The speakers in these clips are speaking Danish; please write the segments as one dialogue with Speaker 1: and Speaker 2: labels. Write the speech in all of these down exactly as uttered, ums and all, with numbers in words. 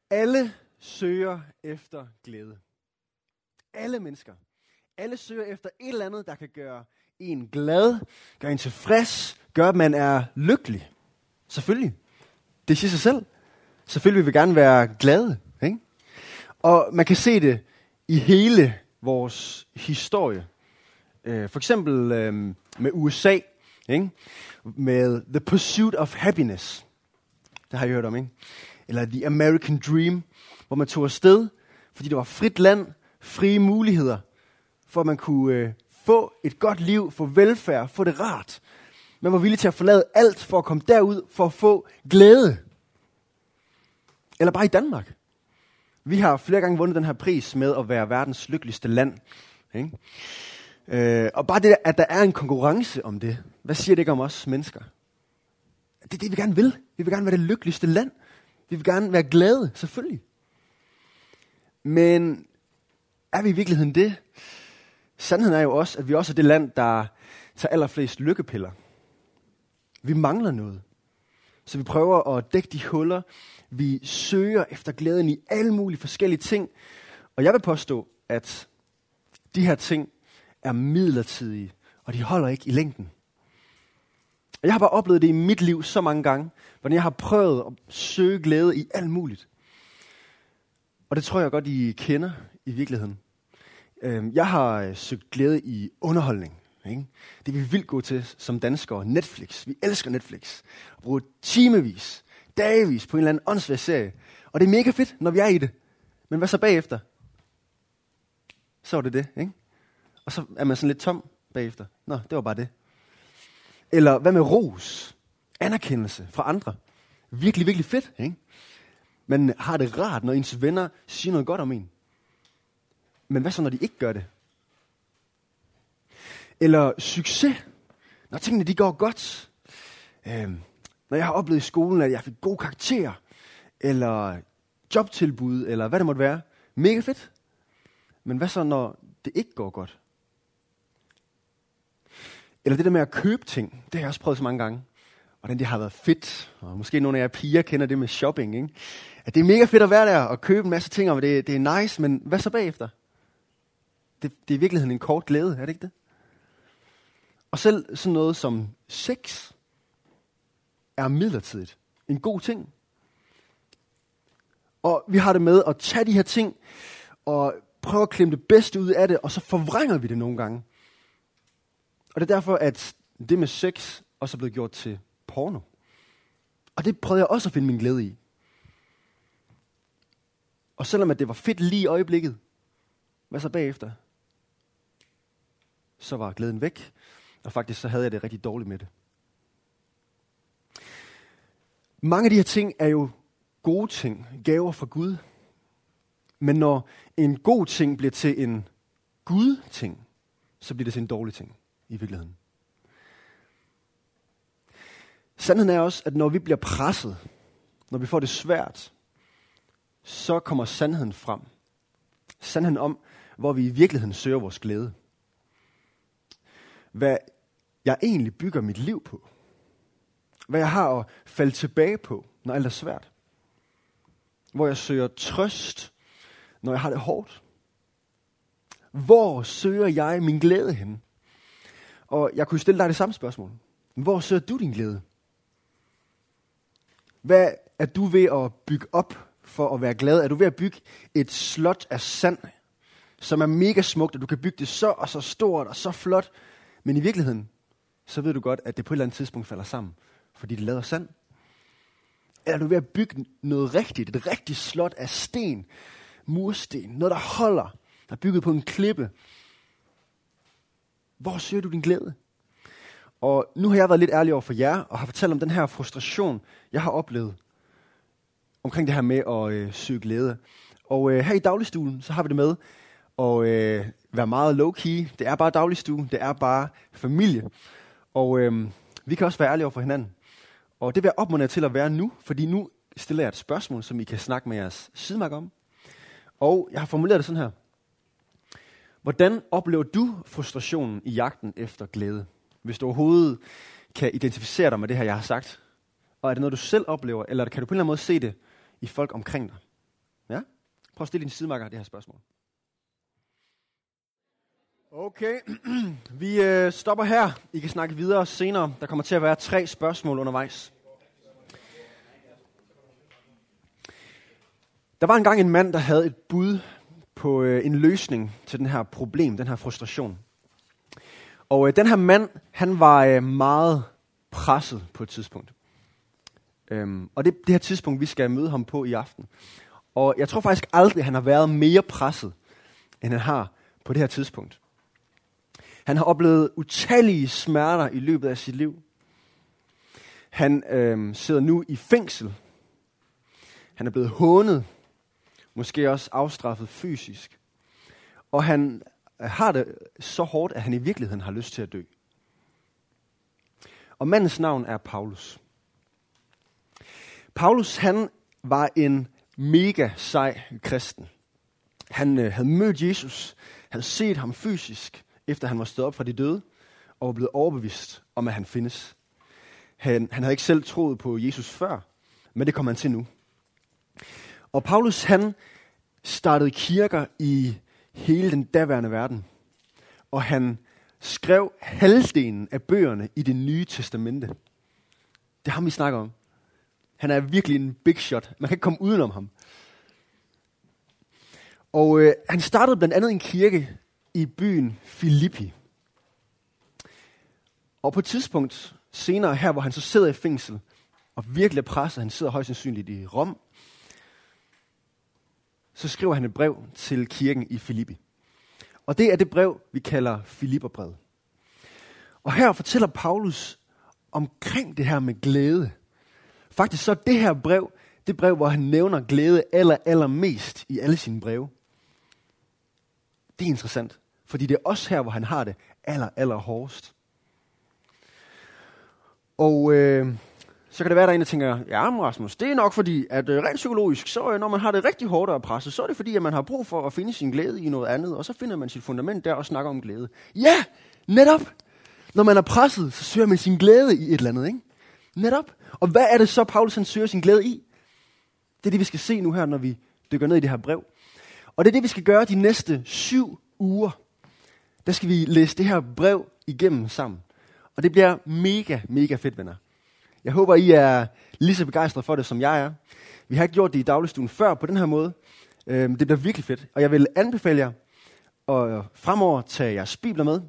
Speaker 1: Alle søger efter glæde. Alle mennesker. Alle søger efter et eller andet, der kan gøre en glad, gøre en tilfreds, gøre, at man er lykkelig. Selvfølgelig. Det siger sig selv. Selvfølgelig vil vi gerne være glade. Ikke? Og man kan se det i hele vores historie. For eksempel med U S A, ikke? Med The Pursuit of Happiness. Det har I hørt om, ikke? Eller The American Dream, hvor man tog afsted, fordi det var frit land, frie muligheder, for at man kunne øh, få et godt liv, få velfærd, få det rart. Man var villig til at forlade alt for at komme derud, for at få glæde. Eller bare i Danmark. Vi har flere gange vundet den her pris med at være verdens lykkeligste land. Ikke? Øh, og bare det, at der er en konkurrence om det, hvad siger det ikke om os mennesker? Det er det, vi gerne vil. Vi vil gerne være det lykkeligste land. Vi vil gerne være glade, selvfølgelig. Men er vi i virkeligheden det? Sandheden er jo også, at vi også er det land, der tager allerflest lykkepiller. Vi mangler noget. Så vi prøver at dække de huller. Vi søger efter glæden i alle mulige forskellige ting. Og jeg vil påstå, at de her ting er midlertidige, og de holder ikke i længden. Og jeg har bare oplevet det i mit liv så mange gange, hvordan jeg har prøvet at søge glæde i alt muligt. Og det tror jeg godt, I kender i virkeligheden. Jeg har søgt glæde i underholdning. Ikke? Det er vi vildt gode til som danskere. Netflix. Vi elsker Netflix. Og bruger timevis, dagevis på en eller anden åndssvær serie. Og det er mega fedt, når vi er i det. Men hvad så bagefter? Så var det det, ikke? Og så er man sådan lidt tom bagefter. Nå, det var bare det. Eller hvad med ros? Anerkendelse fra andre. Virkelig, virkelig fedt, ikke? Man har det rart, når ens venner siger noget godt om en. Men hvad så, når de ikke gør det? Eller succes. Når tingene de går godt. Øhm, når jeg har oplevet i skolen, at jeg fik gode karakterer. Eller jobtilbud, eller hvad det måtte være. Mega fedt. Men hvad så, når det ikke går godt? Eller det der med at købe ting. Det har jeg også prøvet så mange gange. Hvordan det har været fedt. Og måske nogle af jer piger kender det med shopping. Ikke? At det er mega fedt at være der og købe en masse ting, og det, det er nice, men hvad så bagefter? Det, det er i virkeligheden en kort glæde, er det ikke det? Og selv sådan noget som sex er midlertidigt. En god ting. Og vi har det med at tage de her ting og prøve at klemme det bedste ud af det, og så forvrænger vi det nogle gange. Og det er derfor, at det med sex også er blevet gjort til porno. Og det prøvede jeg også at finde min glæde i. Og selvom at det var fedt lige i øjeblikket, hvad så bagefter? Så var glæden væk, og faktisk så havde jeg det rigtig dårligt med det. Mange af de her ting er jo gode ting, gaver fra Gud. Men når en god ting bliver til en Gud-ting, så bliver det til en dårlig ting i virkeligheden. Sandheden er også, at når vi bliver presset, når vi får det svært, så kommer sandheden frem. Sandheden om, hvor vi i virkeligheden søger vores glæde. Hvad jeg egentlig bygger mit liv på. Hvad jeg har at falde tilbage på, når alt er svært. Hvor jeg søger trøst, når jeg har det hårdt. Hvor søger jeg min glæde hen? Og jeg kunne stille dig det samme spørgsmål. Hvor søger du din glæde? Hvad er du ved at bygge op for at være glad? Er du ved at bygge et slot af sand, som er mega smukt, og du kan bygge det så og så stort og så flot, men i virkeligheden, så ved du godt, at det på et eller andet tidspunkt falder sammen, fordi det lader sand? Eller er du ved at bygge noget rigtigt, et rigtigt slot af sten, mursten, noget der holder, der er bygget på en klippe? Hvor søger du din glæde? Og nu har jeg været lidt ærlig over for jer, og har fortalt om den her frustration, jeg har oplevet omkring det her med at øh, søge glæde. Og øh, her i dagligstuen, så har vi det med at øh, være meget low-key. Det er bare dagligstue, det er bare familie. Og øh, vi kan også være ærlige over for hinanden. Og det vil jeg opmuntre til at være nu, fordi nu stiller jeg et spørgsmål, som I kan snakke med jeres sidemark om. Og jeg har formuleret det sådan her. Hvordan oplever du frustrationen i jagten efter glæde? Hvis du overhovedet kan identificere dig med det her, jeg har sagt. Og er det noget, du selv oplever, eller kan du på en eller anden måde se det i folk omkring dig? Prøv at stille din sidemarker det her spørgsmål. Okay, vi øh, stopper her. I kan snakke videre senere. Der kommer til at være tre spørgsmål undervejs. Der var engang en mand, der havde et bud på øh, en løsning til den her problem, den her frustration. Og øh, den her mand, han var øh, meget presset på et tidspunkt. Øhm, og det er det her tidspunkt, vi skal møde ham på i aften. Og jeg tror faktisk aldrig, han har været mere presset, end han har på det her tidspunkt. Han har oplevet utallige smerter i løbet af sit liv. Han øh, sidder nu i fængsel. Han er blevet hånet. Måske også afstraffet fysisk. Og han har det så hårdt, at han i virkeligheden har lyst til at dø. Og mandens navn er Paulus. Paulus, han var en mega sej kristen. Han øh, havde mødt Jesus, havde set ham fysisk, efter han var stået op fra de døde, og var blevet overbevist om, at han findes. Han, han havde ikke selv troet på Jesus før, men det kom han til nu. Og Paulus, han startede kirker i hele den daværende verden. Og han skrev halvdelen af bøgerne i Det Nye Testamente. Det er ham, vi snakker om. Han er virkelig en big shot. Man kan ikke komme udenom ham. Og øh, han startede blandt andet en kirke i byen Filippi. Og på et tidspunkt senere her, hvor han så sidder i fængsel, og virkelig er presset, han sidder højst sandsynligt i Rom, så skriver han et brev til kirken i Filippi. Og det er det brev, vi kalder Filipperbrevet. Og her fortæller Paulus omkring det her med glæde. Faktisk så er det her brev, det brev, hvor han nævner glæde aller, allermest i alle sine breve. Det er interessant, fordi det er også her, hvor han har det aller, aller hårdest. Og øh, så kan det være, der er en, der tænker, ja, Rasmus, det er nok fordi, at øh, rent psykologisk, så øh, når man har det rigtig hårdt og presset, så er det fordi, at man har brug for at finde sin glæde i noget andet, og så finder man sit fundament der og snakker om glæde. Ja, netop! Når man er presset, så søger man sin glæde i et eller andet, ikke? Netop. Og hvad er det så, Paulus han søger sin glæde i? Det er det, vi skal se nu her, når vi dykker ned i det her brev. Og det er det, vi skal gøre de næste syv uger. Der skal vi læse det her brev igennem sammen. Og det bliver mega, mega fedt, venner. Jeg håber, I er lige så begejstrede for det, som jeg er. Vi har ikke gjort det i dagligstuen før på den her måde. Det bliver virkelig fedt. Og jeg vil anbefale jer at fremover tage jeres bibler med.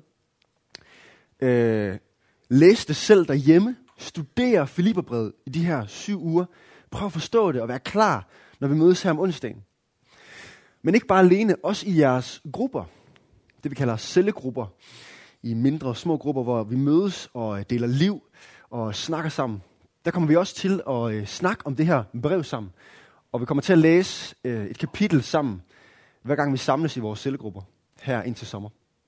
Speaker 1: Læs det selv derhjemme. Studere Filipperbrevet i de her syv uger. Prøv at forstå det og være klar, når vi mødes her om onsdagen. Men ikke bare alene, også i jeres grupper. Det vi kalder cellegrupper. I mindre små grupper, hvor vi mødes og deler liv og snakker sammen. Der kommer vi også til at øh, snakke om det her brev sammen. Og vi kommer til at læse øh, et kapitel sammen, hver gang vi samles i vores cellegrupper her indtil sommer.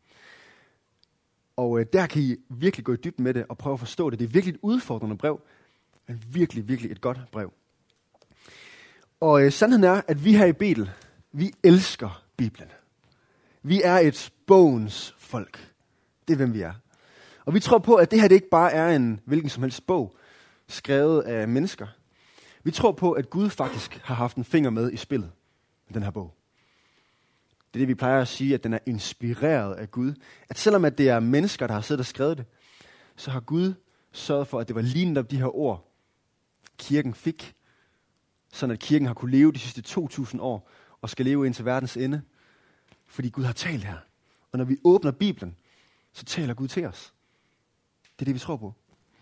Speaker 1: Og øh, der kan I virkelig gå i dybden med det og prøve at forstå det. Det er virkelig et udfordrende brev, men virkelig, virkelig et godt brev. Og øh, sandheden er, at vi her i Betel, vi elsker Bibelen. Vi er et bogens folk. Det er, hvem vi er. Og vi tror på, at det her det ikke bare er en hvilken som helst bog, skrevet af mennesker. Vi tror på, at Gud faktisk har haft en finger med i spillet med den her bog. Det er det, vi plejer at sige, at den er inspireret af Gud. At selvom at det er mennesker, der har siddet og skrevet det, så har Gud sørget for, at det var lige netop de her ord, kirken fik, sådan at kirken har kunne leve de sidste to tusind år, og skal leve indtil verdens ende, fordi Gud har talt her. Og når vi åbner Bibelen, så taler Gud til os. Det er det, vi tror på.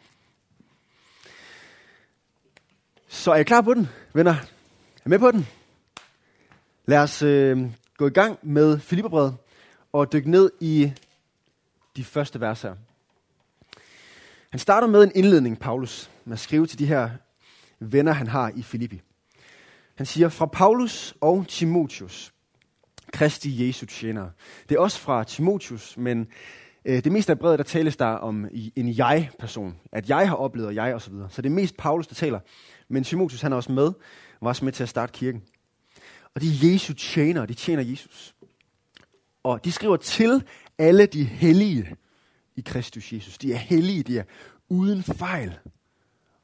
Speaker 1: Så er I klar på den, venner? Er I med på den? Lad os øh, gå i gang med Filipperbrevet og dykke ned i de første vers her. Han starter med en indledning, Paulus, med at skrive til de her venner, han har i Filippi. Han siger, fra Paulus og Timotheus, Kristi Jesu tjenere. Det er også fra Timotheus, men øh, det meste af brevet, der tales der om en jeg-person. At jeg har oplevet, og jeg og så videre. Så det er mest Paulus, der taler. Men Timotheus, han er også med, var også med til at starte kirken. Og de er Jesu tjenere, de tjener Jesus. Og de skriver til alle de hellige i Kristus Jesus. De er hellige, de er uden fejl.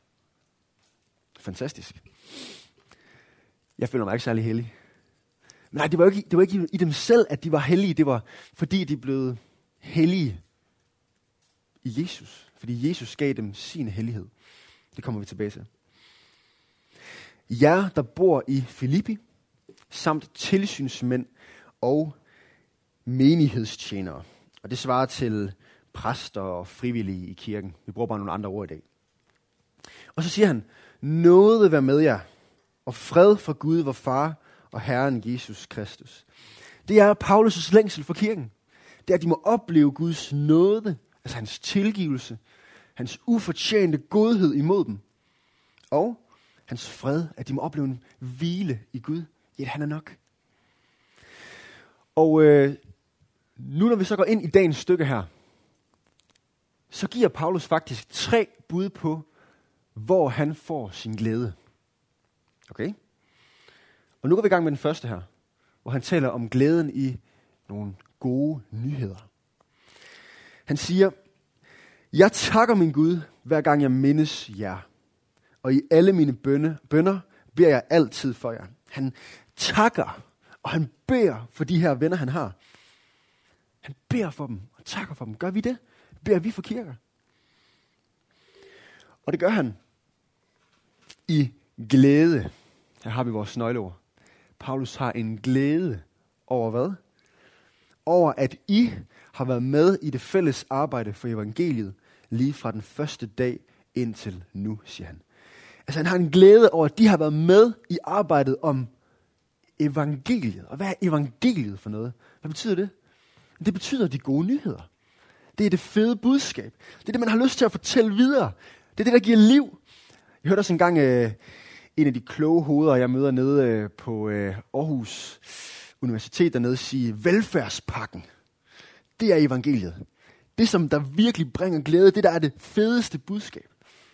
Speaker 1: Fantastisk. Jeg føler mig ikke særlig hellig. nej, det var jo ikke, det var ikke i dem selv, at de var hellige. Det var, fordi de blev hellige i Jesus. Fordi Jesus gav dem sin hellighed. Det kommer vi tilbage til. Jer, der bor i Filippi, samt tilsynsmænd og menighedstjenere. Og det svarer til præster og frivillige i kirken. Vi bruger bare nogle andre ord i dag. Og så siger han, nåde vil være med jer, og fred fra Gud, vor far og Herren Jesus Kristus. Det er Paulus' længsel for kirken. Det er, at de må opleve Guds nåde, altså hans tilgivelse, hans ufortjente godhed imod dem. Og hans fred, at de må opleve en hvile i Gud. Ja, han er nok. Og øh, nu når vi så går ind i dagens stykke her, så giver Paulus faktisk tre bud på, hvor han får sin glæde. Okay? Og nu går vi i gang med den første her, hvor han taler om glæden i nogle gode nyheder. Han siger, jeg takker min Gud, hver gang jeg mindes jer. Og i alle mine bønne, bønner beder jeg altid for jer. Han takker, og han beder for de her venner, han har. Han beder for dem og takker for dem. Gør vi det? Beder vi for kirker? Og det gør han i glæde. Her har vi vores nøgleord. Paulus har en glæde over hvad? Over at I har været med i det fælles arbejde for evangeliet, lige fra den første dag indtil nu, siger han. Altså han har en glæde over, at de har været med i arbejdet om evangeliet. Og hvad er evangeliet for noget? Hvad betyder det? Det betyder de gode nyheder. Det er det fede budskab. Det er det, man har lyst til at fortælle videre. Det er det, der giver liv. Jeg hørte også engang øh, en af de kloge hoveder, jeg møder nede øh, på øh, Aarhus Universitet dernede, sige, velfærdspakken. Det er evangeliet. Det, som der virkelig bringer glæde, det der er det fedeste budskab.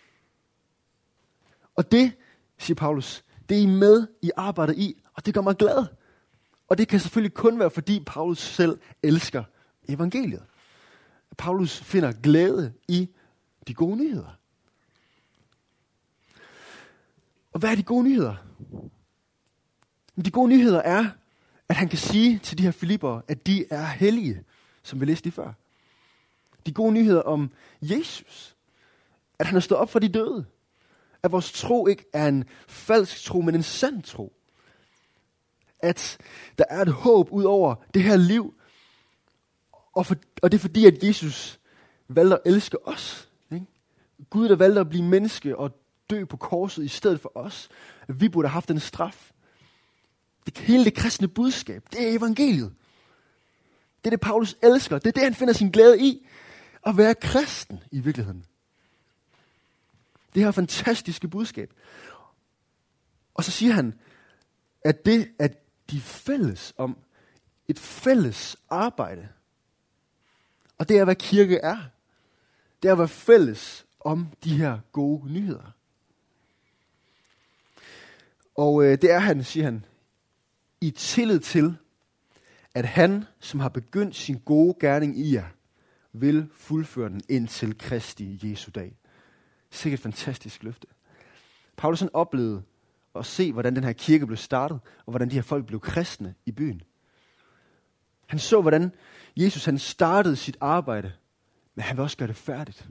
Speaker 1: Og det, siger Paulus, det er I med, I arbejder i, og det gør mig glad. Og det kan selvfølgelig kun være, fordi Paulus selv elsker evangeliet. Paulus finder glæde i de gode nyheder. Og hvad er de gode nyheder? De gode nyheder er, at han kan sige til de her filippere, at de er hellige, som vi læste lige før. De gode nyheder om Jesus. At han er stået op fra de døde. At vores tro ikke er en falsk tro, men en sand tro. At der er et håb ud over det her liv. Og, for, og det er fordi, at Jesus valgte at elske os. Ikke? Gud, der valgte at blive menneske og dø på korset i stedet for os. At vi burde have haft en straf. Det hele det kristne budskab, det er evangeliet. Det er det, Paulus elsker. Det er det, han finder sin glæde i. At være kristen i virkeligheden. Det her fantastiske budskab. Og så siger han, at det, at de fælles om et fælles arbejde. Og det er, hvad kirke er. Det er at være fælles om de her gode nyheder. Og øh, det er han, siger han, i tillid til, at han, som har begyndt sin gode gerning i jer, vil fuldføre den indtil Kristi Jesu dag. Sikkert et fantastisk løfte. Paulus han oplevede at se, hvordan den her kirke blev startet, og hvordan de her folk blev kristne i byen. Han så, hvordan Jesus han startede sit arbejde, men han vil også gøre det færdigt.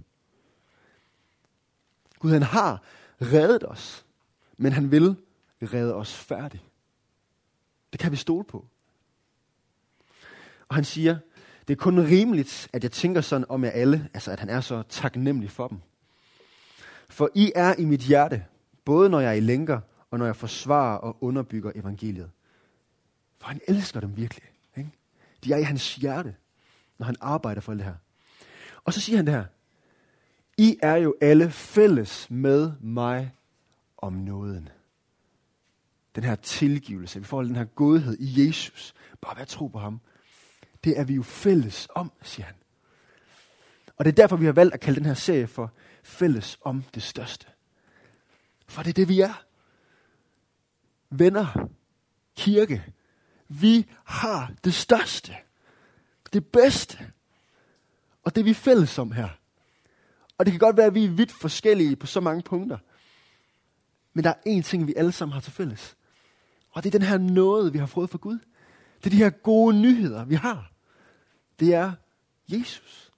Speaker 1: Gud han har reddet os, men han vil redde os færdigt. Det kan vi stole på. Og han siger, det er kun rimeligt, at jeg tænker sådan om jer alle, altså at han er så taknemmelig for dem. For I er i mit hjerte, både når jeg er i lænker, og når jeg forsvarer og underbygger evangeliet. For han elsker dem virkelig. Ikke? De er i hans hjerte, når han arbejder for det her. Og så siger han det her. I er jo alle fælles med mig om nåden. Den her tilgivelse, vi får den her godhed i Jesus. Bare ved at tro på ham. Det er vi jo fælles om, siger han. Og det er derfor, vi har valgt at kalde den her serie for fælles om det største. For det er det, vi er. Venner, kirke, vi har det største, det bedste, og det er vi fælles om her. Og det kan godt være, at vi er vidt forskellige på så mange punkter, men der er én ting, vi alle sammen har til fælles, og det er den her nåde, vi har fået fra Gud. Det er de her gode nyheder, vi har. Det er Jesus.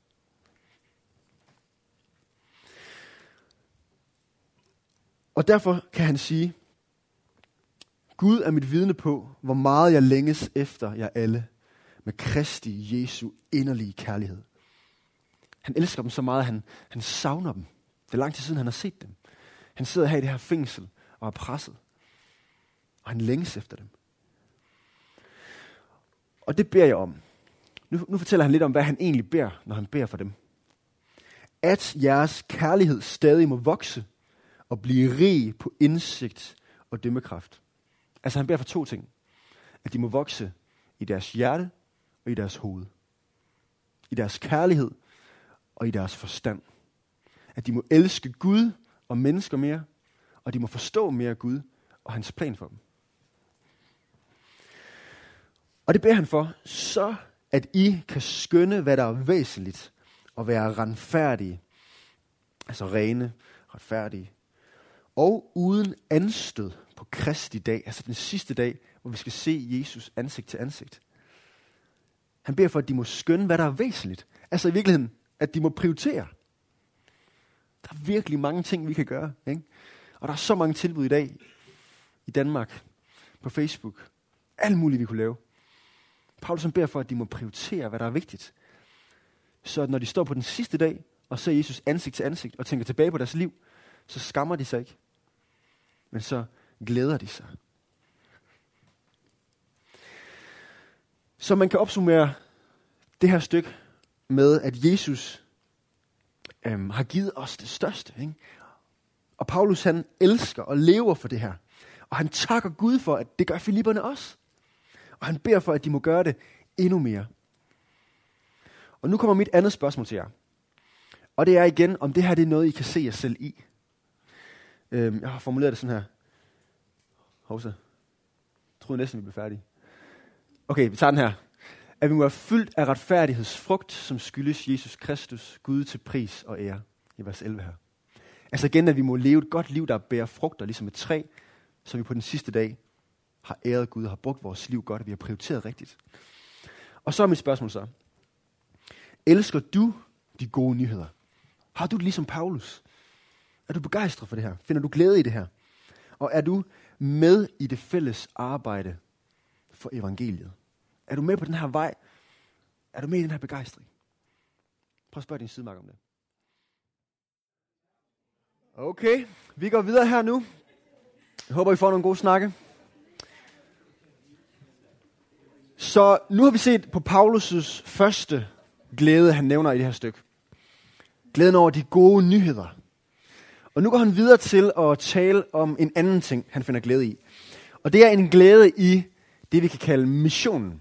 Speaker 1: Og derfor kan han sige, Gud er mit vidne på, hvor meget jeg længes efter jer alle, med Kristi Jesu inderlige kærlighed. Han elsker dem så meget, at han, han savner dem. Det er lang tid siden, han har set dem. Han sidder her i det her fængsel og er presset. Og han længes efter dem. Og det beder jeg om. Nu, nu fortæller han lidt om, hvad han egentlig beder, når han beder for dem. At jeres kærlighed stadig må vokse og blive rig på indsigt og dømmekraft. Altså han beder for to ting. At de må vokse i deres hjerte og i deres hoved. I deres kærlighed og i deres forstand. At de må elske Gud og mennesker mere, og de må forstå mere Gud og hans plan for dem. Og det beder han for, så at I kan skønne, hvad der er væsentligt, og være retfærdige, altså rene, retfærdige, og uden anstød på Kristi dag, altså den sidste dag, hvor vi skal se Jesus ansigt til ansigt. Han beder for, at de må skønne, hvad der er væsentligt. Altså i virkeligheden, at de må prioritere. Der er virkelig mange ting, vi kan gøre. Ikke? Og der er så mange tilbud i dag, i Danmark, på Facebook. Alt muligt, vi kunne lave. Paulus han beder for, at de må prioritere, hvad der er vigtigt. Så at når de står på den sidste dag, og ser Jesus ansigt til ansigt, og tænker tilbage på deres liv, så skammer de sig ikke. Men så glæder de sig. Så man kan opsummere det her stykke med, at Jesus øhm, har givet os det største. Ikke? Og Paulus han elsker og lever for det her. Og han takker Gud for, at det gør Filipperne også. Og han beder for, at de må gøre det endnu mere. Og nu kommer mit andet spørgsmål til jer. Og det er igen, om det her det er noget, I kan se jer selv i. Øhm, jeg har formuleret det sådan her. Hovsa. Jeg troede næsten, vi blev færdige. Okay, vi tager den her. At vi må være fyldt af retfærdighedsfrugt, som skyldes Jesus Kristus, Gud til pris og ære. I vers elleve her. Altså igen, at vi må leve et godt liv, der bærer frugter, ligesom et træ, som vi på den sidste dag har æret Gud og har brugt vores liv godt, og vi har prioriteret rigtigt. Og så er mit spørgsmål så. Elsker du de gode nyheder? Har du det ligesom Paulus? Er du begejstret for det her? Finder du glæde i det her? Og er du med i det fælles arbejde for evangeliet? Er du med på den her vej? Er du med i den her begejstring? Prøv at spørge din sidemark om det. Okay, vi går videre her nu. Jeg håber, I får nogle gode snakke. Så nu har vi set på Paulus' første glæde, han nævner i det her stykke. Glæden over de gode nyheder. Og nu går han videre til at tale om en anden ting, han finder glæde i. Og det er en glæde i det, vi kan kalde missionen.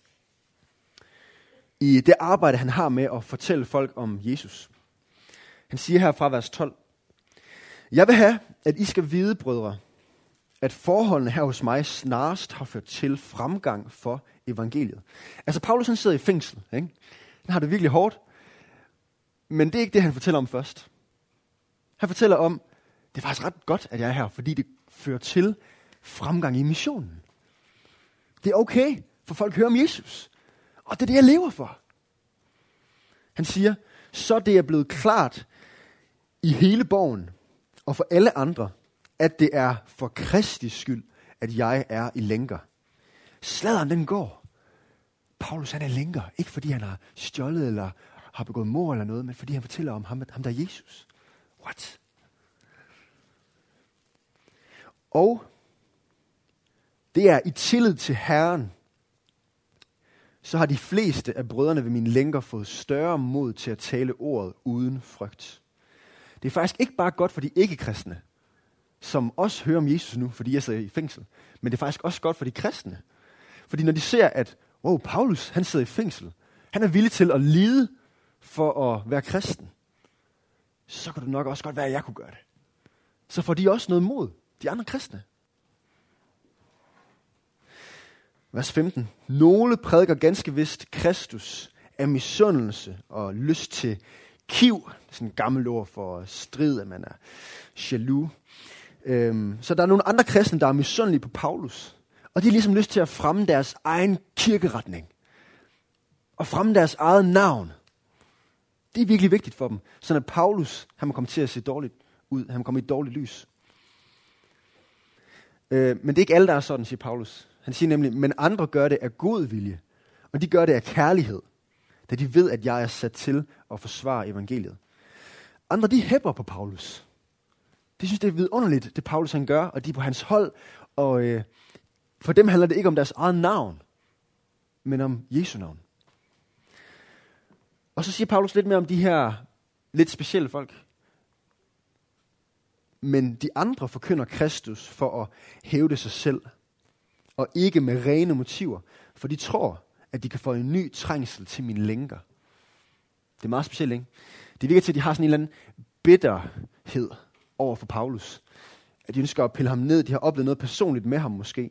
Speaker 1: I det arbejde, han har med at fortælle folk om Jesus. Han siger her fra vers tolv. Jeg vil have, at I skal vide, brødre, at forholdene her hos mig snarest har ført til fremgang for evangeliet. Altså Paulus han sidder i fængsel. Ikke? Han har det virkelig hårdt. Men det er ikke det, han fortæller om først. Han fortæller om, det er faktisk ret godt, at jeg er her, fordi det fører til fremgang i missionen. Det er okay, for folk hører om Jesus. Og det er det, jeg lever for. Han siger, så det er blevet klart i hele borgen og for alle andre, at det er for Kristi skyld, at jeg er i lænker. Sladeren den går. Paulus han er lænker, ikke fordi han har stjålet eller har begået mord eller noget, men fordi han fortæller om ham, ham der er Jesus. What? Og det er i tillid til Herren, så har de fleste af brødrene ved mine lænker fået større mod til at tale ordet uden frygt. Det er faktisk ikke bare godt for de ikke-kristne, som også hører om Jesus nu, fordi jeg sidder i fængsel, men det er faktisk også godt for de kristne. Fordi når de ser, at wow, Paulus han sidder i fængsel, han er villig til at lide for at være kristen, så kan det nok også godt være, at jeg kunne gøre det. Så får de også noget mod, de andre kristne. Vers femten. Nogle prædiker ganske vist Kristus af misundelse og lyst til kiv. Det er sådan et gammelt ord for strid, at man er jaloux. Øhm, så der er nogle andre kristne, der er misundelige på Paulus. Og de har ligesom lyst til at fremme deres egen kirkeretning. Og fremme deres eget navn. Det er virkelig vigtigt for dem. Sådan at Paulus, han må komme til at se dårligt ud. Han må komme i et dårligt lys. Øh, men det er ikke alle, der er sådan, siger Paulus. Han siger nemlig, men andre gør det af god vilje. Og de gør det af kærlighed. Da de ved, at jeg er sat til at forsvare evangeliet. Andre, de hæpper på Paulus. De synes, det er vidunderligt, det Paulus han gør, og de er på hans hold. Og øh, for dem handler det ikke om deres eget navn, men om Jesu navn. Og så siger Paulus lidt mere om de her lidt specielle folk. Men de andre forkynder Kristus for at hævde sig selv, og ikke med rene motiver, for de tror, at de kan få en ny trængsel til mine lænker. Det er meget specielt, ikke? Det virker til, at de har sådan en eller anden bitterhed over for Paulus. At de ønsker at pille ham ned. De har oplevet noget personligt med ham måske.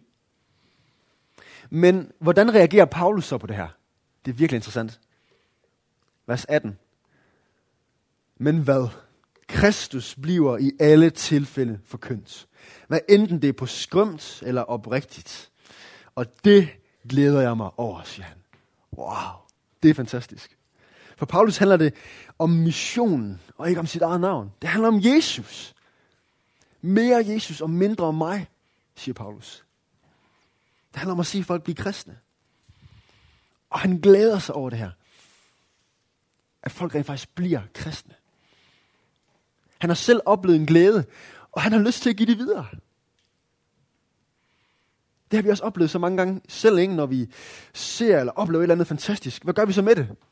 Speaker 1: Men hvordan reagerer Paulus så på det her? Det er virkelig interessant. Vers atten. Men hvad? Kristus bliver i alle tilfælde forkyndt. Hvad enten det er på skrømt eller oprigtigt. Og det glæder jeg mig over, siger han. Wow, det er fantastisk. For Paulus handler det om missionen, og ikke om sit eget navn. Det handler om Jesus. Mere Jesus og mindre om mig, siger Paulus. Det handler om at sige, at folk bliver kristne. Og han glæder sig over det her. At folk rent faktisk bliver kristne. Han har selv oplevet en glæde, og han har lyst til at give det videre. Det har vi også oplevet så mange gange selv, ikke? Når vi ser eller oplever et eller andet fantastisk. Hvad gør vi så med det?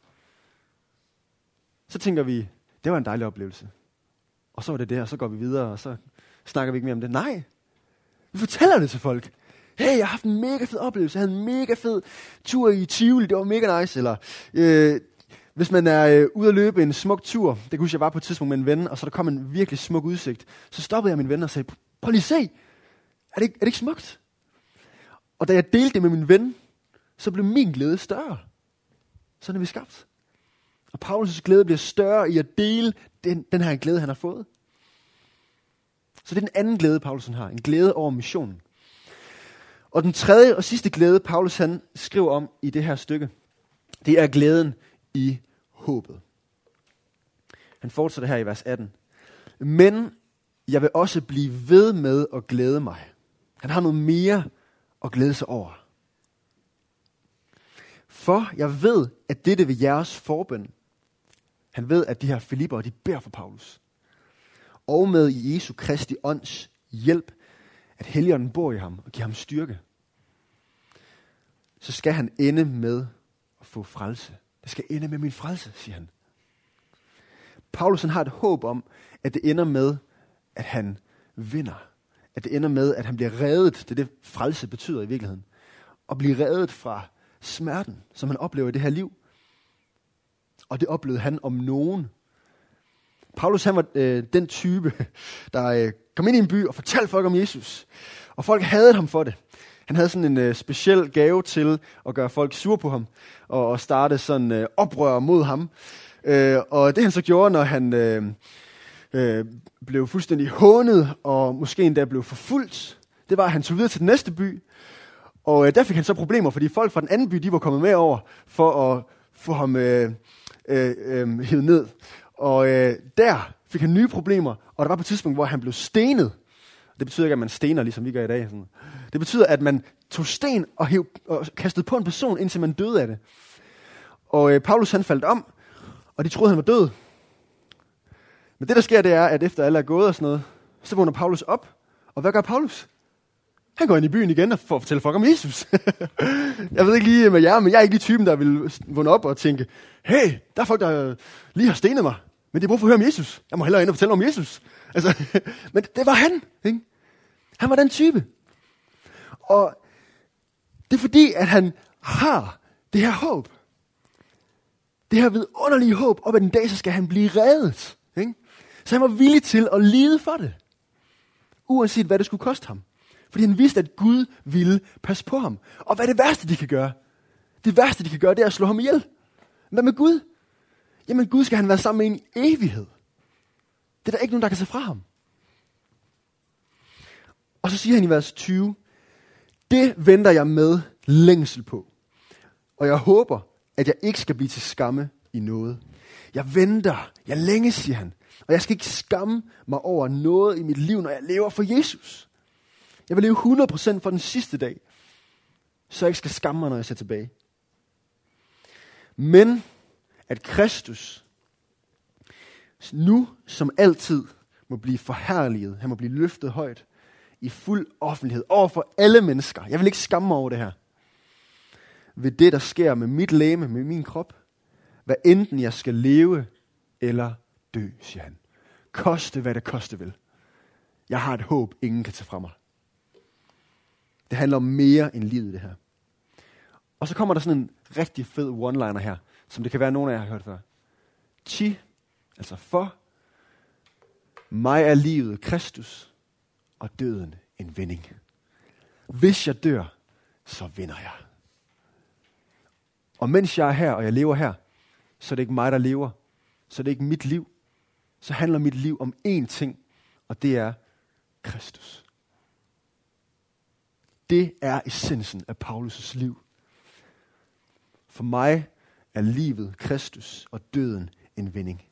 Speaker 1: Så tænker vi, det var en dejlig oplevelse. Og så var det det, og så går vi videre, og så snakker vi ikke mere om det. Nej, vi fortæller det til folk. Hey, jeg har haft en mega fed oplevelse. Jeg havde en mega fed tur i Tivoli. Det var mega nice. Eller øh, hvis man er øh, ude at løbe en smuk tur. Det kan huske, jeg var på et tidspunkt med en ven, og så der kom en virkelig smuk udsigt. Så stoppede jeg min ven og sagde, prøv lige at se. Er det, er det ikke smukt? Og da jeg delte det med min ven, så blev min glæde større. Sådan er vi skabt. Og Paulus' glæde bliver større i at dele den, den her glæde, han har fået. Så det er den anden glæde, Paulus har. En glæde over missionen. Og den tredje og sidste glæde, Paulus han skriver om i det her stykke, det er glæden i håbet. Han fortsætter her i vers atten. Men jeg vil også blive ved med at glæde mig. Han har noget mere at glæde sig over. For jeg ved, at dette ved jeres forbøn. Han ved, at de her Filippere, de beder for Paulus. Og med Jesu Kristi ånds hjælp, at Helligånden bor i ham og giver ham styrke. Så skal han ende med at få frelse. Det skal ende med min frelse, siger han. Paulus han har et håb om, at det ender med, at han vinder. At det ender med, at han bliver reddet. Det er det, frelse betyder i virkeligheden. At blive reddet fra smerten, som han oplever i det her liv. Og det oplevede han om nogen. Paulus han var øh, den type, der øh, kom ind i en by og fortalte folk om Jesus. Og folk hadede ham for det. Han havde sådan en øh, speciel gave til at gøre folk sure på ham. Og, og starte sådan øh, oprør mod ham. Øh, og det han så gjorde, når han øh, øh, blev fuldstændig hånet, og måske endda blev forfulgt, det var, at han tog videre til den næste by. Og øh, der fik han så problemer, fordi folk fra den anden by, de var kommet med over, for at få ham øh, øh, øh, hævet ned. Og øh, der fik han nye problemer, og der var på et tidspunkt, hvor han blev stenet. Det betyder ikke, at man stener, ligesom vi gør i dag. Sådan. Det betyder, at man tog sten og, hev, og kastede på en person, indtil man døde af det. Og øh, Paulus han faldt om, og de troede, han var død. Men det, der sker, det er, at efter alle er gået og sådan noget, så vågner Paulus op. Og hvad gør Paulus? Han går ind i byen igen og får at fortælle folk om Jesus. Jeg ved ikke lige med jer, men jeg er ikke lige typen, der vil vågne op og tænke, hey, der er folk, der lige har stenet mig, men det er brug for at høre om Jesus. Jeg må hellere ind og fortælle om Jesus. Altså, men det var han. Ikke? Han var den type. Og det er fordi, at han har det her håb. Det her vidunderlige håb, op ad den dag, så skal han blive reddet. Ikke? Så han var villig til at lide for det. Uanset hvad det skulle koste ham. Fordi han vidste, at Gud ville passe på ham. Og hvad er det værste, de kan gøre? Det værste, de kan gøre, det er at slå ham ihjel. Hvad med Gud? Jamen Gud skal han være sammen med en evighed. Det er der ikke nogen, der kan se fra ham. Og så siger han i vers tyve, Det venter jeg med længsel på. Og jeg håber, at jeg ikke skal blive til skamme i noget. Jeg venter, jeg længes, siger han. Og jeg skal ikke skamme mig over noget i mit liv, når jeg lever for Jesus. Jeg vil leve hundrede procent for den sidste dag, så jeg ikke skal skamme mig, når jeg ser tilbage. Men at Kristus nu som altid må blive forherliget, han må blive løftet højt i fuld offentlighed over for alle mennesker. Jeg vil ikke skamme mig over det her. Ved det, der sker med mit legeme, med min krop, hvad enten jeg skal leve eller dø, siger han. Koste hvad det koste vil. Jeg har et håb, ingen kan tage fra mig. Det handler om mere end livet, det her. Og så kommer der sådan en rigtig fed one-liner her, som det kan være, nogen af jer har hørt før. Ti, altså for, mig er livet Kristus, og døden en vinding. Hvis jeg dør, så vinder jeg. Og mens jeg er her, og jeg lever her, så er det ikke mig, der lever. Så er det ikke mit liv. Så handler mit liv om én ting, og det er Kristus. Det er essensen af Paulus' liv. For mig er livet Kristus, og døden en vinding.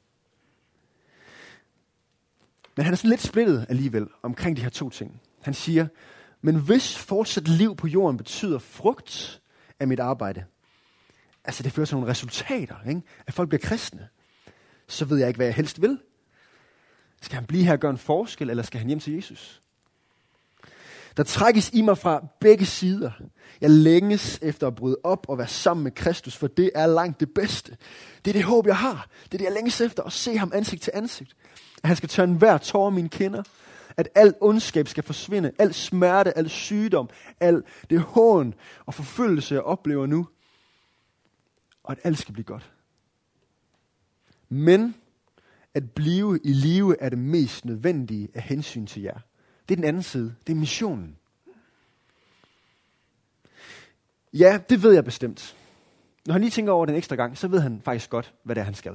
Speaker 1: Men han er sådan lidt splittet alligevel omkring de her to ting. Han siger, men hvis fortsat liv på jorden betyder frugt af mit arbejde, altså det fører til nogle resultater, ikke? At folk bliver kristne, så ved jeg ikke, hvad jeg helst vil. Skal han blive her og gøre en forskel, eller skal han hjem til Jesus? Der trækkes i mig fra begge sider. Jeg længes efter at bryde op og være sammen med Kristus, for det er langt det bedste. Det er det håb, jeg har. Det er det, jeg længes efter, at se ham ansigt til ansigt. At han skal tørne hver tårer af mine kinder. At al ondskab skal forsvinde. Al smerte, al sygdom, al det hån og forfølgelse, jeg oplever nu. Og at alt skal blive godt. Men at blive i live er det mest nødvendige af hensyn til jer. Det er den anden side. Det er missionen. Ja, det ved jeg bestemt. Når han lige tænker over den ekstra gang, så ved han faktisk godt, hvad det er, han skal.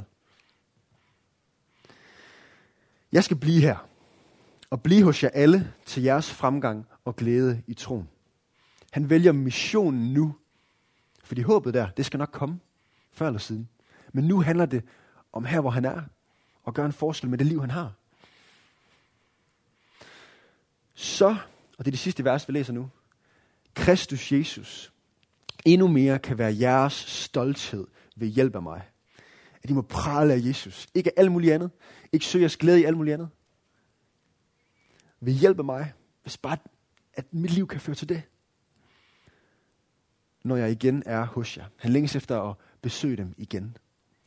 Speaker 1: Jeg skal blive her. Og blive hos jer alle til jeres fremgang og glæde i troen. Han vælger missionen nu. Fordi håbet der, det skal nok komme. Før eller siden. Men nu handler det om her, hvor han er. Og gøre en forskel med det liv, han har. Så, og det er det sidste vers, vi læser nu. Kristus Jesus endnu mere kan være jeres stolthed ved hjælp af mig. At I må prale af Jesus. Ikke af alt muligt andet. Ikke søge jeres glæde i alt muligt andet. Ved hjælp af mig. Hvis bare, at mit liv kan føre til det. Når jeg igen er hos jer. Han længes efter at besøge dem igen.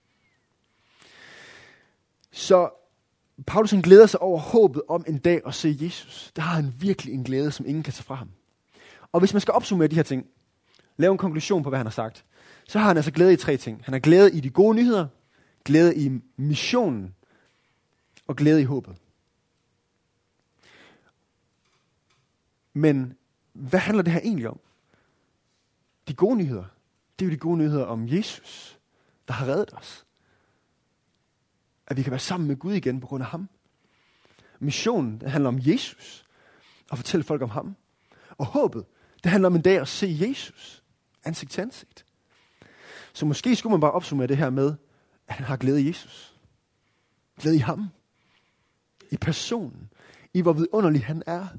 Speaker 1: Så Paulus han glæder sig over håbet om en dag at se Jesus. Der har han virkelig en glæde, som ingen kan tage fra ham. Og hvis man skal opsummere de her ting, lave en konklusion på, hvad han har sagt, så har han altså glæde i tre ting. Han har glæde i de gode nyheder, glæde i missionen og glæde i håbet. Men hvad handler det her egentlig om? De gode nyheder, det er jo de gode nyheder om Jesus, der har reddet os. At vi kan være sammen med Gud igen på grund af ham. Missionen, det handler om Jesus. Og fortælle folk om ham. Og håbet, det handler om en dag at se Jesus. Ansigt til ansigt. Så måske skulle man bare opsummere det her med, at han har glæde i Jesus. Glæde i ham. I personen. I hvor vidunderlig han er.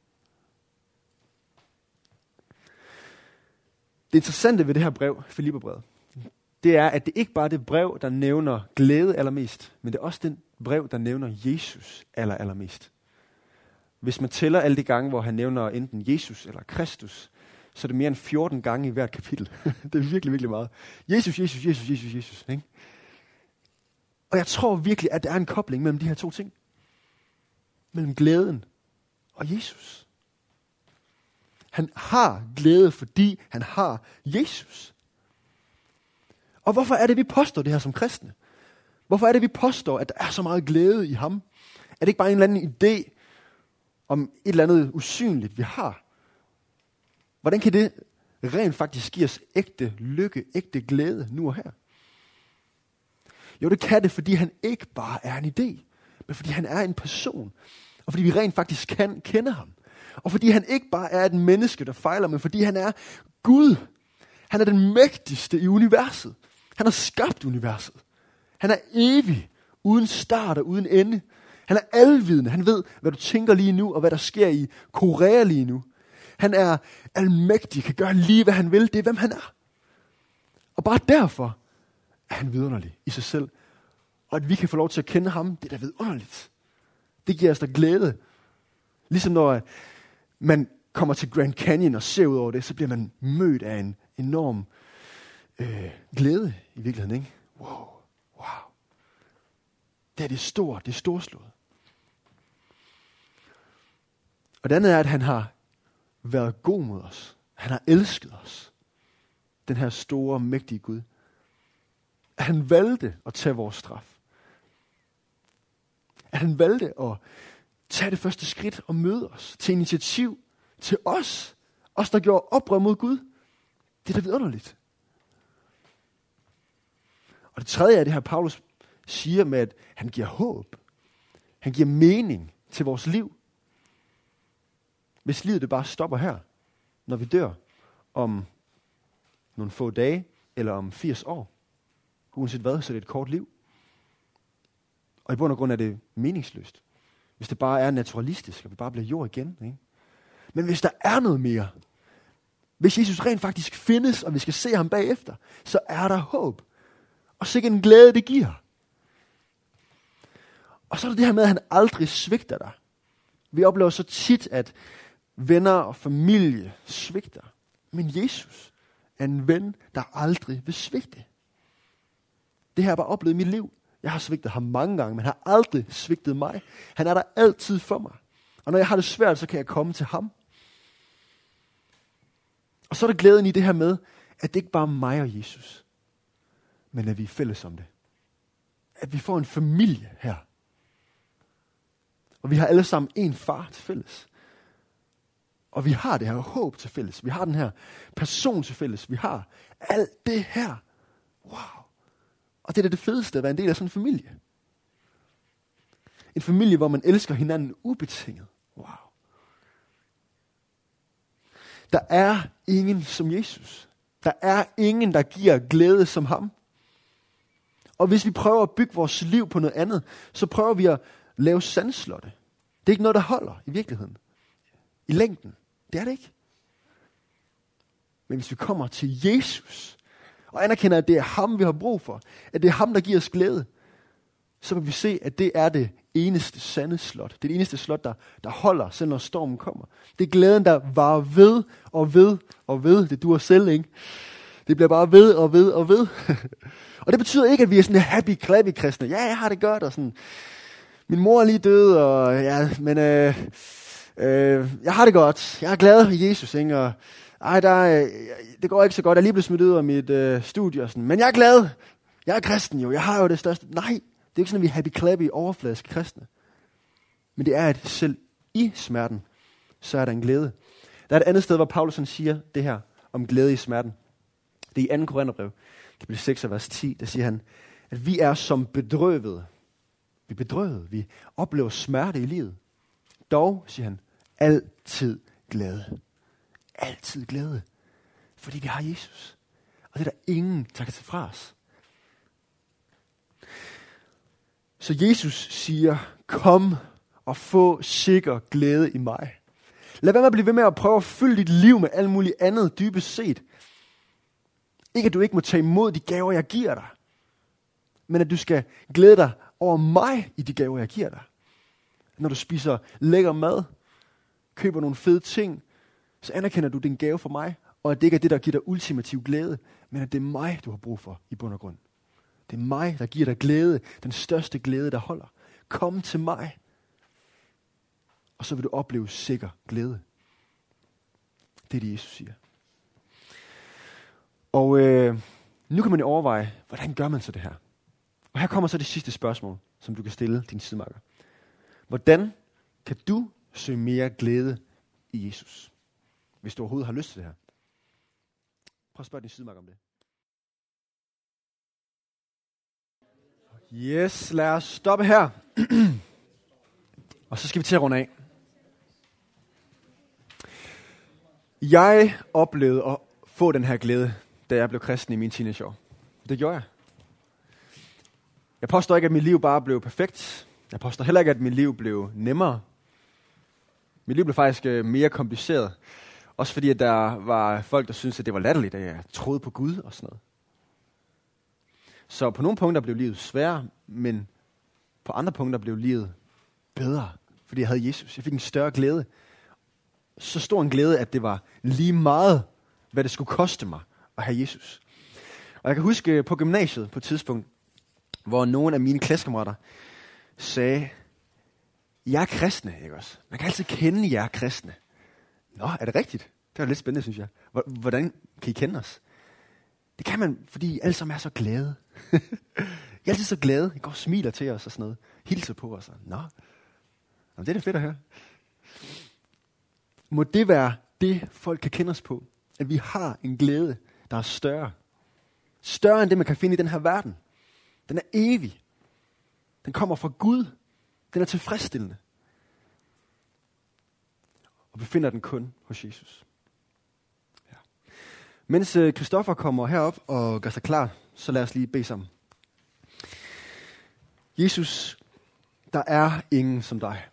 Speaker 1: Det interessante ved det her brev, Filipperbrevet, det er, at det ikke bare er det brev, der nævner glæde allermest, men det er også den brev, der nævner Jesus aller, allermest. Hvis man tæller alle de gange, hvor han nævner enten Jesus eller Kristus, så er det mere end fjorten gange i hvert kapitel. Det er virkelig, virkelig meget. Jesus, Jesus, Jesus, Jesus, Jesus. Ikke? Og jeg tror virkelig, at der er en kobling mellem de her to ting. Mellem glæden og Jesus. Han har glæde, fordi han har Jesus. Og hvorfor er det, vi påstår det her som kristne? Hvorfor er det, vi påstår, at der er så meget glæde i ham? Er det ikke bare en eller anden idé om et eller andet usynligt, vi har? Hvordan kan det rent faktisk give os ægte lykke, ægte glæde nu og her? Jo, det kan det, fordi han ikke bare er en idé, men fordi han er en person. Og fordi vi rent faktisk kan kende ham. Og fordi han ikke bare er et menneske, der fejler, men fordi han er Gud. Han er den mægtigste i universet. Han har skabt universet. Han er evig, uden start og uden ende. Han er alvidende. Han ved, hvad du tænker lige nu, og hvad der sker i Korea lige nu. Han er almægtig, kan gøre lige, hvad han vil. Det er, hvem han er. Og bare derfor er han vidunderlig i sig selv. Og at vi kan få lov til at kende ham, det er da vidunderligt. Det giver os da glæde. Ligesom når man kommer til Grand Canyon og ser ud over det, så bliver man mødt af en enorm øh, glæde i virkeligheden, ikke? Wow, wow. Det er det store, det er storslået. Og det andet er, at han har været god mod os. Han har elsket os. Den her store, mægtige Gud. At han valgte at tage vores straf. At han valgte at tage det første skridt og møde os. Til initiativ til os. Os, der gjorde oprør mod Gud. Det er da vidunderligt. Og det tredje er det her, Paulus siger med, at han giver håb. Han giver mening til vores liv. Hvis livet det bare stopper her, når vi dør om nogle få dage, eller om firs år, uanset hvad, så er det et kort liv. Og i bund og grund er det meningsløst. Hvis det bare er naturalistisk, og vi bare bliver jord igen. Ikke? Men hvis der er noget mere, hvis Jesus rent faktisk findes, og vi skal se ham bagefter, så er der håb. Og sikke en glæde, det giver. Og så er der det her med, at han aldrig svigter dig. Vi oplever så tit, at venner og familie svigter. Men Jesus er en ven, der aldrig vil svigte. Det har jeg bare oplevet i mit liv. Jeg har svigtet ham mange gange, men han har aldrig svigtet mig. Han er der altid for mig. Og når jeg har det svært, så kan jeg komme til ham. Og så er der glæden i det her med, at det ikke bare er mig og Jesus, men at vi er fælles om det. At vi får en familie her. Og vi har alle sammen en far til fælles. Og vi har det her håb til fælles. Vi har den her person til fælles. Vi har alt det her. Wow. Og det er da det fedeste at være en del af sådan en familie. En familie, hvor man elsker hinanden ubetinget. Wow. Der er ingen som Jesus. Der er ingen, der giver glæde som ham. Og hvis vi prøver at bygge vores liv på noget andet, så prøver vi at lave sandslotte. Det er ikke noget, der holder i virkeligheden. I længden. Det er det ikke. Men hvis vi kommer til Jesus, og anerkender, at det er ham, vi har brug for, at det er ham, der giver os glæde, så vil vi se, at det er det eneste sande slot. Det er det eneste slot, der, der holder, selv når stormen kommer. Det er glæden, der varer ved og ved og ved. Det duer selv, ikke? Det bliver bare ved og ved og ved. Og det betyder ikke, at vi er sådan happy, clappy kristne. Ja, jeg har det godt, og sådan. Min mor er lige død, og ja, men øh, øh, jeg har det godt. Jeg er glad for Jesus, ikke? Og ej, der, øh, det går ikke så godt. Jeg er lige blevet smidt ud af mit øh, studie og sådan. Men jeg er glad. Jeg er kristen jo. Jeg har jo det største. Nej, det er ikke sådan, at vi er happy, clappy, overfladiske kristne. Men det er, at selv i smerten, så er der en glæde. Der er et andet sted, hvor Paulus siger det her om glæde i smerten. Det er i anden Korintherbrev, kapitel seks, vers ti, der siger han, at vi er som bedrøvede. Vi er bedrøvet. Vi oplever smerte i livet. Dog, siger han, altid glæde. Altid glæde. Fordi vi har Jesus. Og det er der ingen, der kan tage fra os. Så Jesus siger, kom og få sikker glæde i mig. Lad være med at blive ved med at prøve at fylde dit liv med alt muligt andet dybest set. Ikke at du ikke må tage imod de gaver, jeg giver dig. Men at du skal glæde dig over mig i de gaver, jeg giver dig. Når du spiser lækker mad, køber nogle fede ting, så anerkender du den gave for mig, og at det ikke er det, der giver dig ultimativ glæde, men at det er mig, du har brug for i bund og grund. Det er mig, der giver dig glæde, den største glæde, der holder. Kom til mig, og så vil du opleve sikker glæde. Det er det, Jesus siger. Og øh, nu kan man jo overveje, hvordan gør man så det her? Og her kommer så det sidste spørgsmål, som du kan stille din sidemakker. Hvordan kan du søge mere glæde i Jesus? Hvis du overhovedet har lyst til det her. Prøv at spørge din sidemakker om det. Yes, lad os stoppe her. Og så skal vi til at runde af. Jeg oplevede at få den her glæde, da jeg blev kristen i mine teenageår. Det gjorde jeg. Jeg påstår ikke, at mit liv bare blev perfekt. Jeg påstår heller ikke, at mit liv blev nemmere. Mit liv blev faktisk mere kompliceret. Også fordi, at der var folk, der syntes, at det var latterligt, at jeg troede på Gud og sådan noget. Så på nogle punkter blev livet sværere, men på andre punkter blev livet bedre, fordi jeg havde Jesus. Jeg fik en større glæde. Så stor en glæde, at det var lige meget, hvad det skulle koste mig at have Jesus. Og jeg kan huske på gymnasiet på et tidspunkt, hvor nogle af mine klassekammerater sagde, jeg er kristne, ikke også? Man kan altid kende jer kristne. Nå, er det rigtigt? Det var lidt spændende, synes jeg. Hvordan kan I kende os? Det kan man, fordi I alle sammen er så glade. I er altid så glade. I går og smiler til os og sådan noget. Hilser på os. Nå, Nå det er da fedt at høre. Må det være det, folk kan kende os på? At vi har en glæde, der er større. Større end det, man kan finde i den her verden. Den er evig. Den kommer fra Gud. Den er tilfredsstillende. Og vi finder den kun hos Jesus. Ja. Mens Christoffer kommer herop og gør sig klar, så lad os lige bede sammen. Jesus, der er ingen som dig.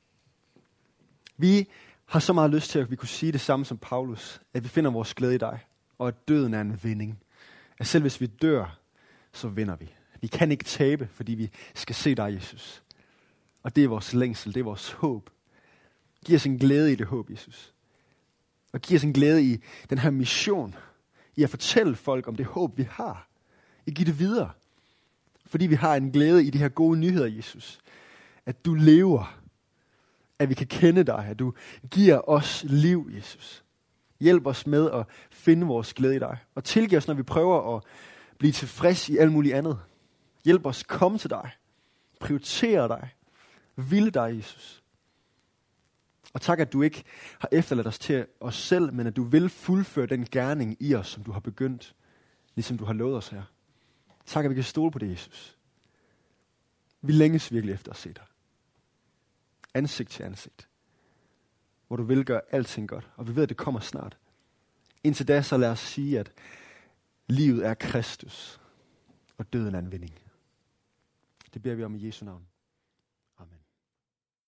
Speaker 1: Vi har så meget lyst til, at vi kunne sige det samme som Paulus, at vi finder vores glæde i dig, og at døden er en vinding. At selv hvis vi dør, så vinder vi. Vi kan ikke tabe, fordi vi skal se dig, Jesus. Og det er vores længsel, det er vores håb. Giv os en glæde i det håb, Jesus. Og giv os en glæde i den her mission, i at fortælle folk om det håb, vi har. I giv det videre. Fordi vi har en glæde i de her gode nyheder, Jesus. At du lever. At vi kan kende dig. At du giver os liv, Jesus. Hjælp os med at finde vores glæde i dig. Og tilgiv os, når vi prøver at blive tilfreds i alt muligt andet. Hjælp os komme til dig. Prioritere dig. Ville dig, Jesus. Og tak, at du ikke har efterladt os til os selv, men at du vil fuldføre den gerning i os, som du har begyndt, ligesom du har lovet os her. Tak, at vi kan stole på det, Jesus. Vi længes virkelig efter at se dig. Ansigt til ansigt. Hvor du vil gøre alting godt, og vi ved, at det kommer snart. Indtil da, så lad os sige, at livet er Kristus, og døden er en vinding. Det beder vi om i Jesu navn.